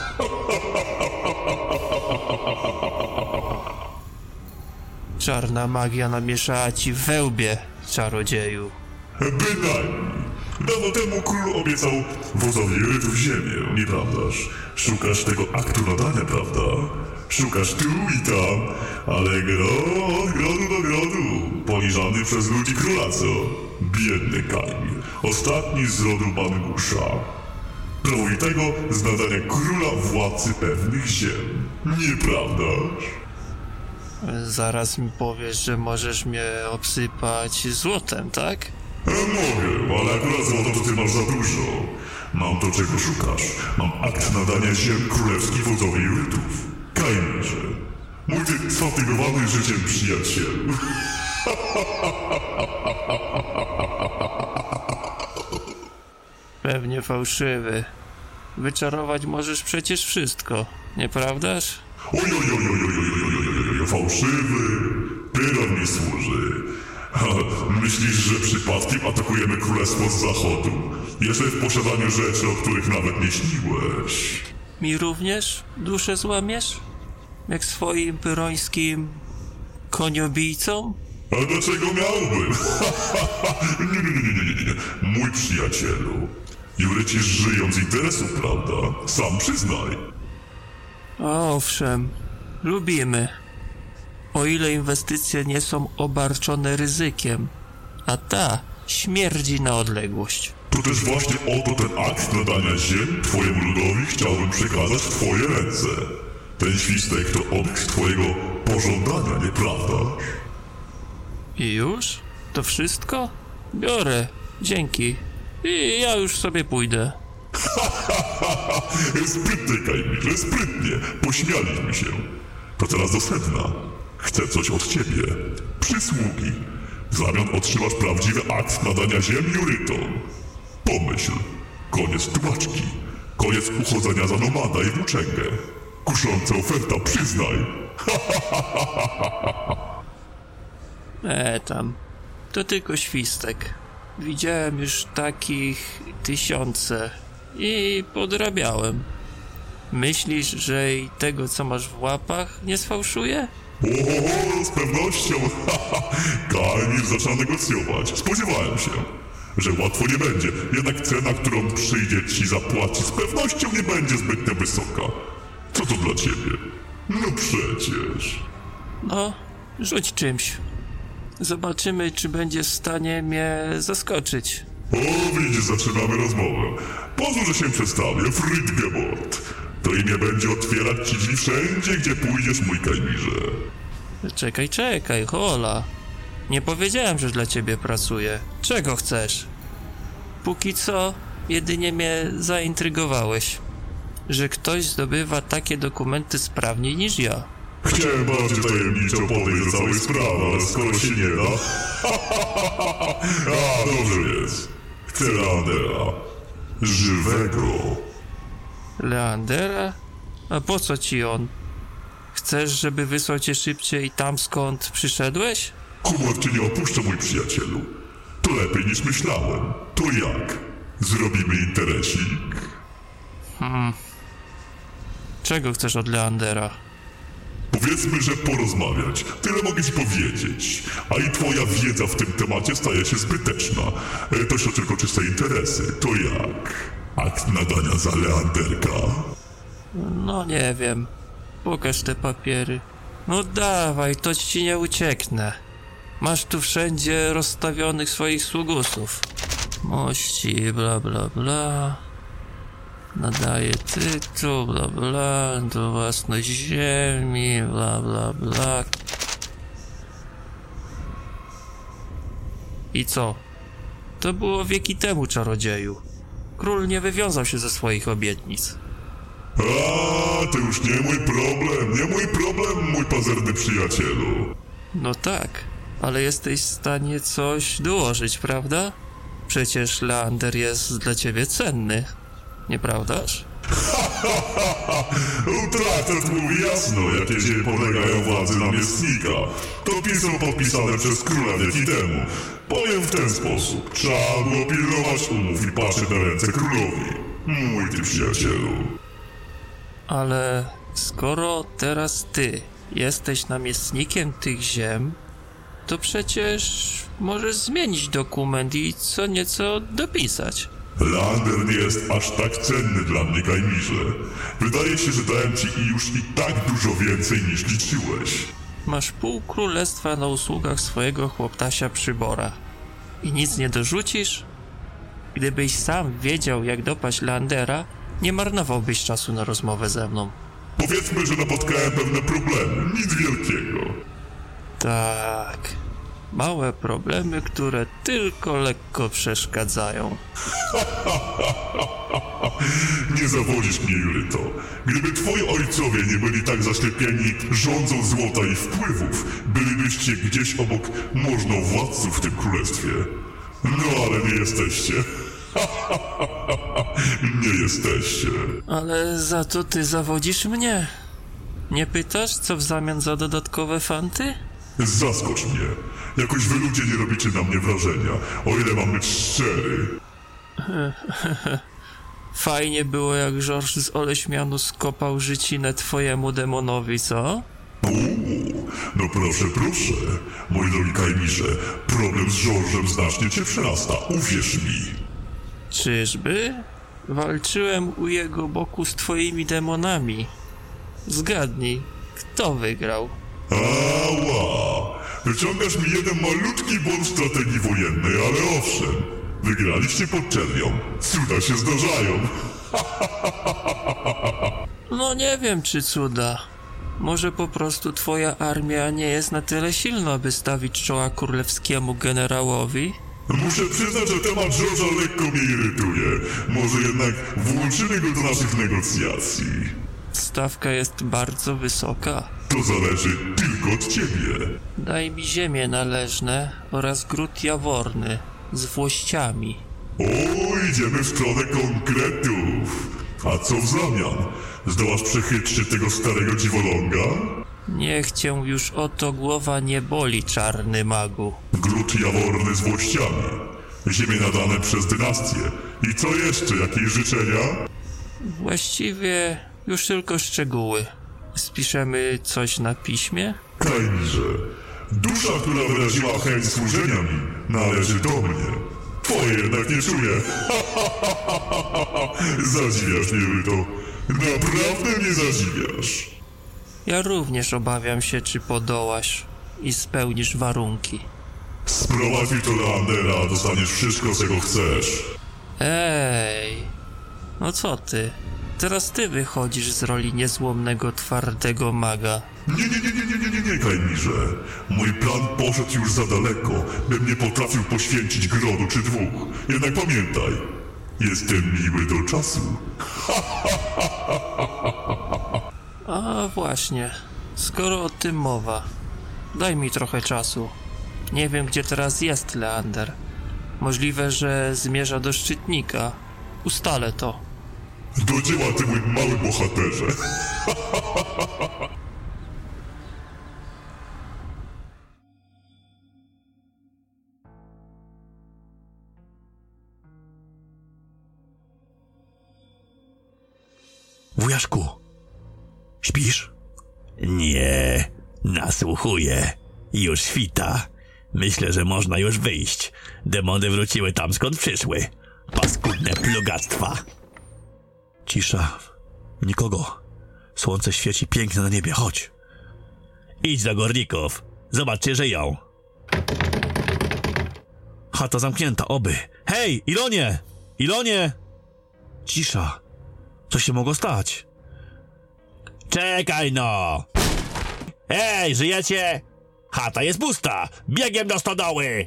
Czarna magia namieszała ci we łbie, czarodzieju. Bynajmniej. Dawno temu król obiecał wozowi rytów ziemię, nieprawdaż? Szukasz tego aktu nadania, prawda? Szukasz tu i tam, ale grodu do grodu, poniżany przez ludzi króla, co? Biedny Kajmir, ostatni z rodu Mangusza. Prawowitego z nadania króla władcy pewnych ziem, nieprawdaż? Zaraz mi powiesz, że możesz mnie obsypać złotem, tak? Mogę, ale akurat złoto to ty masz za dużo. Mam to, czego szukasz. Mam akt nadania ziem królewskich wodzowi Jurytów. Kajmirze, mój ty sfatygowany życiem przyjacielu. Pewnie fałszywy. Wyczarować możesz przecież wszystko, nieprawdaż? Oj, fałszywy. Pyra mi służy. Myślisz, że przypadkiem atakujemy królestwo z zachodu? Jesteś w posiadaniu rzeczy, o których nawet nie śniłeś. Mi również duszę złamiesz? Jak swoim pyrońskim koniobijcom? A dlaczego miałbym? Nie. Mój przyjacielu. Juryci żyją z interesów, prawda? Sam przyznaj. Owszem, lubimy. O ile inwestycje nie są obarczone ryzykiem, a ta śmierdzi na odległość. To też właśnie oto ten akt nadania ziem twojemu ludowi chciałbym przekazać w twoje ręce. Ten świstek to obiekt twojego pożądania, nieprawdaż? I już? To wszystko? Biorę, dzięki. I ja już sobie pójdę. Sprytnie, Kajmirze, sprytnie. Pośmialiśmy się. To teraz do sedna. Chcę coś od ciebie. Przysługi. W zamian otrzymasz prawdziwy akt nadania ziem Jurytom. Pomyśl. Koniec tłumaczki. Koniec uchodzenia za nomada i włóczęgę. Kusząca oferta, przyznaj. Tam. To tylko świstek. Widziałem już takich tysiące i podrabiałem. Myślisz, że i tego, co masz w łapach, nie sfałszuję? Z pewnością. Kajmir zaczyna negocjować. Spodziewałem się, że łatwo nie będzie. Jednak cena, którą przyjdzie ci zapłacić, z pewnością nie będzie zbytnio wysoka. Co to dla ciebie? No przecież. No, rzuć czymś. Zobaczymy, czy będziesz w stanie mnie zaskoczyć. O, widzisz, zaczynamy rozmowę. Pozwól, że się przedstawię. Frydgebord. To imię będzie otwierać ci drzwi wszędzie, gdzie pójdziesz, mój Kajmirze. Czekaj, hola. Nie powiedziałem, że dla ciebie pracuję. Czego chcesz? Póki co, jedynie mnie zaintrygowałeś. Że ktoś zdobywa takie dokumenty sprawniej niż ja. Chciałem bardziej tajemniczo podejść do całej sprawy, ale skoro się nie da... A, dobrze jest. Chcę Leandera. Żywego. Leandera? A po co ci on? Chcesz, żeby wysłał cię szybciej tam, skąd przyszedłeś? Humor cię nie opuszcza, mój przyjacielu. To lepiej niż myślałem. To jak? Zrobimy interesik? Czego chcesz od Leandera? Powiedzmy, że porozmawiać. Tyle mogę ci powiedzieć. A i twoja wiedza w tym temacie staje się zbyteczna. To się tylko czyste interesy. To jak? Akt nadania za Leanderka? No nie wiem. Pokaż te papiery. No dawaj, to ci nie ucieknę. Masz tu wszędzie rozstawionych swoich sługusów. Mości, bla bla bla. Nadaje tytuł, bla bla, do własność ziemi, bla bla bla. I co? To było wieki temu, czarodzieju. Król nie wywiązał się ze swoich obietnic. A, to już nie mój problem, mój pazerny przyjacielu. No tak, ale jesteś w stanie coś dołożyć, prawda? Przecież Leander jest dla ciebie cenny, nieprawdaż? Traktat mówi jasno, jakie ziemie podlegają władzy namiestnika. To pismo podpisane przez króla wieki temu. Powiem w ten sposób. Trzeba było pilnować umów i patrzeć na ręce królowi. Mój ty przyjacielu. Ale skoro teraz ty jesteś namiestnikiem tych ziem, to przecież możesz zmienić dokument i co nieco dopisać. Leander nie jest aż tak cenny dla mnie, Kajmirze. Wydaje się, że dałem ci już i tak dużo więcej niż liczyłeś. Masz pół królestwa na usługach swojego chłoptasia Przybora. I nic nie dorzucisz? Gdybyś sam wiedział, jak dopaść Leandera, nie marnowałbyś czasu na rozmowę ze mną. Powiedzmy, że napotkałem pewne problemy. Nic wielkiego. Tak. Małe problemy, które tylko lekko przeszkadzają. Nie zawodzisz mnie, Juryto. Gdyby twoi ojcowie nie byli tak zaślepieni rządzą złota i wpływów, bylibyście gdzieś obok możnowładców w tym królestwie. No, ale nie jesteście. Nie jesteście. Ale za to ty zawodzisz mnie. Nie pytasz, co w zamian za dodatkowe fanty? Zaskocz mnie. Jakoś wy ludzie nie robicie na mnie wrażenia, o ile mam być szczery. Fajnie było, jak Georges z Oleśmianu skopał życinę twojemu demonowi, co? No proszę, proszę. Mój drogi Kajmirze, problem z Georgesem znacznie cię przerasta, uwierz mi. Czyżby? Walczyłem u jego boku z twoimi demonami. Zgadnij, kto wygrał? Ała! Wyciągasz mi jeden malutki błąd strategii wojennej, ale owszem. Wygraliście pod Czernią. Cuda się zdarzają. No nie wiem, czy cuda. Może po prostu twoja armia nie jest na tyle silna, by stawić czoła królewskiemu generałowi? Muszę przyznać, że temat George'a lekko mnie irytuje. Może jednak włączymy go do naszych negocjacji. Stawka jest bardzo wysoka. To zależy tylko od ciebie. Daj mi ziemię należne oraz gród jaworny z włościami. O, idziemy w stronę konkretów. A co w zamian? Zdołasz przechytrzyć tego starego dziwoląga? Niech cię już o to głowa nie boli, czarny magu. Gród jaworny z włościami. Ziemie nadane przez dynastię. I co jeszcze? Jakieś życzenia? Właściwie już tylko szczegóły. Spiszemy coś na piśmie? Kajmirze, dusza, która wyraziła chęć służenia mi, należy do mnie. Twoje jednak nie czuję. Zadziwiasz mnie, Ryto. Naprawdę mnie zadziwiasz. Ja również obawiam się, czy podołasz i spełnisz warunki. Sprowadź mi to Leandera, a dostaniesz wszystko, czego chcesz. Ej, no co ty? Teraz ty wychodzisz z roli niezłomnego, twardego maga. Nie, Kajmirze. Mój plan poszedł już za daleko, bym nie potrafił poświęcić grodu czy dwóch. Jednak pamiętaj, jestem miły do czasu. A właśnie, skoro o tym mowa, daj mi trochę czasu. Nie wiem, gdzie teraz jest Leander. Możliwe, że zmierza do Szczytnika. Ustalę to. Do dzieła, ty mój mały bohaterze. Wujaszku, śpisz? Nie, nasłuchuję. Już świta. Myślę, że można już wyjść. Demony wróciły tam, skąd przyszły. Paskudne plugactwa. Cisza. Nikogo. Słońce świeci piękne na niebie. Chodź. Idź do górników. Zobacz, czy żyją. Chata zamknięta, oby. Hej, Ilonie! Ilonie! Cisza. Co się mogło stać? Czekaj no! Hej, żyjecie? Chata jest pusta! Biegiem do stodoły!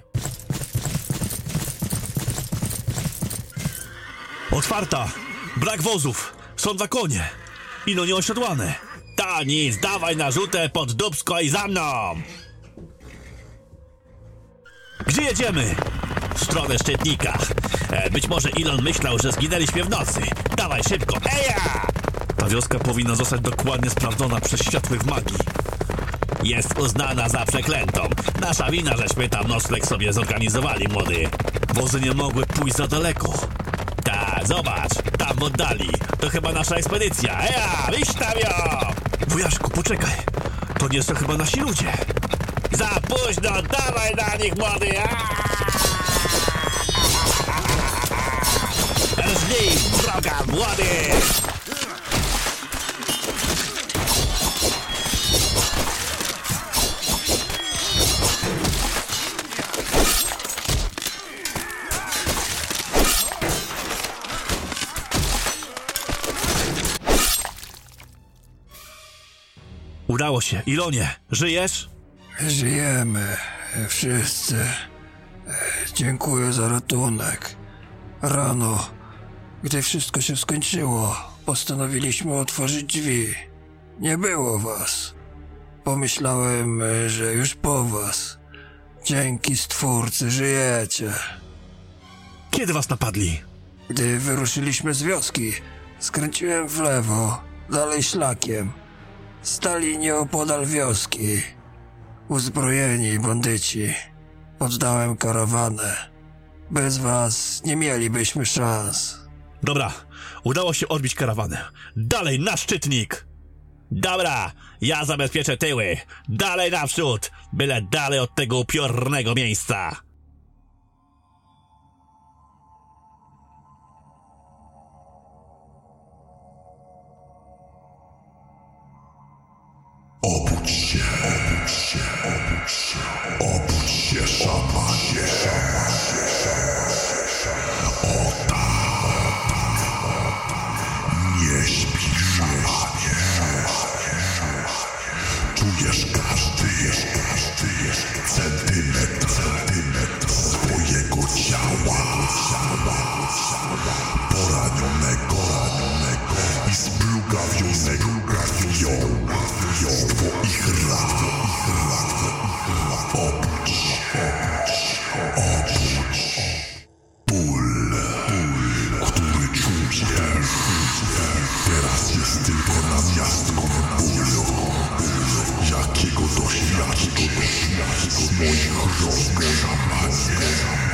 Otwarta! Brak wozów! Są dwa konie! Ino nieosiodłane! Ta nic, dawaj narzutę pod dubsko i za mną! Gdzie jedziemy? W stronę Szczytnika. Być może Ilon myślał, że zginęliśmy w nocy. Dawaj szybko, eja! Ta wioska powinna zostać dokładnie sprawdzona przez światłych magii. Jest uznana za przeklętą. Nasza wina, żeśmy tam nocleg sobie zorganizowali, młody. Wozy nie mogły pójść za daleko. Ta, zobacz, tam w oddali. To chyba nasza ekspedycja. Eja, wyjść tam ją! Wujaszku, poczekaj. To nie są chyba nasi ludzie. Za późno, dawaj na nich, młody! Rżnij, droga, młody! Udało się. Ilonie, żyjesz? Żyjemy, wszyscy. Dziękuję za ratunek. Rano, gdy wszystko się skończyło, postanowiliśmy otworzyć drzwi. Nie było was. Pomyślałem, że już po was. Dzięki Stwórcy żyjecie. Kiedy was napadli? Gdy wyruszyliśmy z wioski, skręciłem w lewo, dalej szlakiem. Stali nieopodal wioski. Uzbrojeni bandyci. Oddałem karawanę. Bez was nie mielibyśmy szans. Dobra, udało się odbić karawanę. Dalej na Szczytnik! Dobra, ja zabezpieczę tyły. Dalej naprzód, byle dalej od tego upiornego miejsca. Obudź się, obudź się, obudź się, obudź się, szamanie. O tak, nie śpisz, szamanie. Czujesz każdy centymetr swojego ciała. Poranionego i splugawionego krwią z twoich ran. Obudź. Ból, który czujesz, teraz jest tylko namiastką bólu, jakiego doświadczysz z moich rąk, szamanie.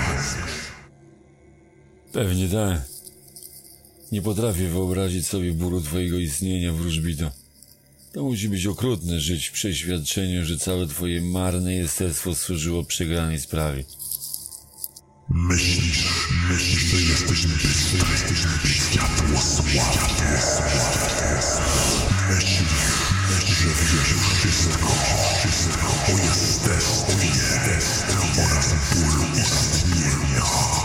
Pewnie tak. Nie potrafię wyobrazić sobie bólu twojego istnienia, wróżbito. To musi być okrutne żyć w przeświadczeniu, że całe twoje marne jestestwo służyło przegranej sprawie. Myślisz, że jesteś bystry, światło sławne. Myślisz, że wiesz wszystko o jestestwie oraz bólu istnienia.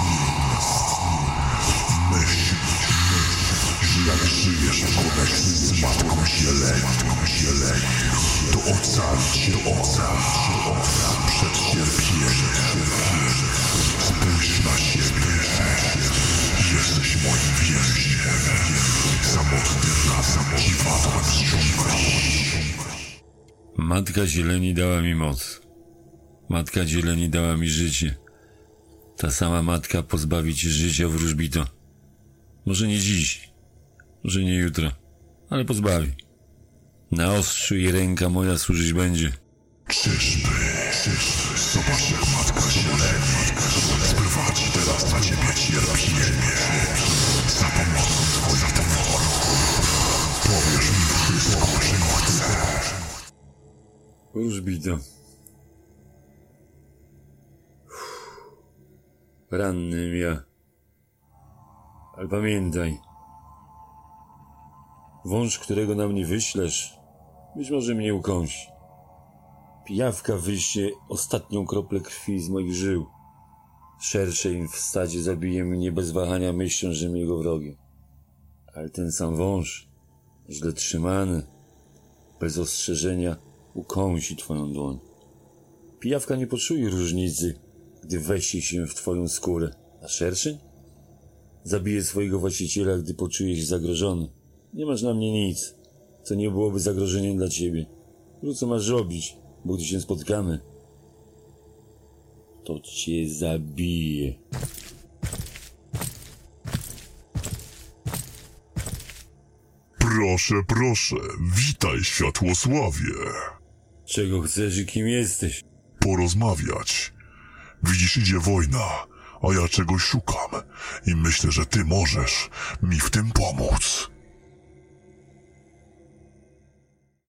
Myślisz, że jak żyjesz w konekcji z Matką Zieleni, to ocali cię przed cierpieniem. Spójrz na siebie, jesteś moim więźniem. Samotny razem dziwadłem z dżungli. Matka Zieleni dała mi moc. Matka Zieleni dała mi życie. Ta sama matka pozbawi cię życia, wróżbito. Może nie dziś, może nie jutro, ale pozbawi. Na ostrzu jej ręka moja służyć będzie. Czyżby, zobacz jak Matka Zieleni sprowadzi teraz na ciebie cierpienie. Za pomocą twoich tworów powiesz mi wszystko, czego chcesz. Wróżbito. Rannym ja. Ale pamiętaj, wąż, którego na mnie wyślesz, być może mnie ukąsi. Pijawka wyśnie ostatnią kroplę krwi z moich żył. Szerszej w stadzie zabije mnie bez wahania myślą, że mnie jego wrogiem. Ale ten sam wąż, źle trzymany, bez ostrzeżenia ukąsi twoją dłoń. Pijawka nie poczuje różnicy, gdy weźmie się w twoją skórę, a szerszeń zabije swojego właściciela, gdy poczuje się zagrożony. Nie masz na mnie nic, co nie byłoby zagrożeniem dla ciebie. Lub co masz robić, bo gdy się spotkamy, to cię zabije. Proszę, proszę, witaj, Światłosławie. Czego chcesz i kim jesteś? Porozmawiać. Widzisz, idzie wojna, a ja czegoś szukam i myślę, że ty możesz mi w tym pomóc.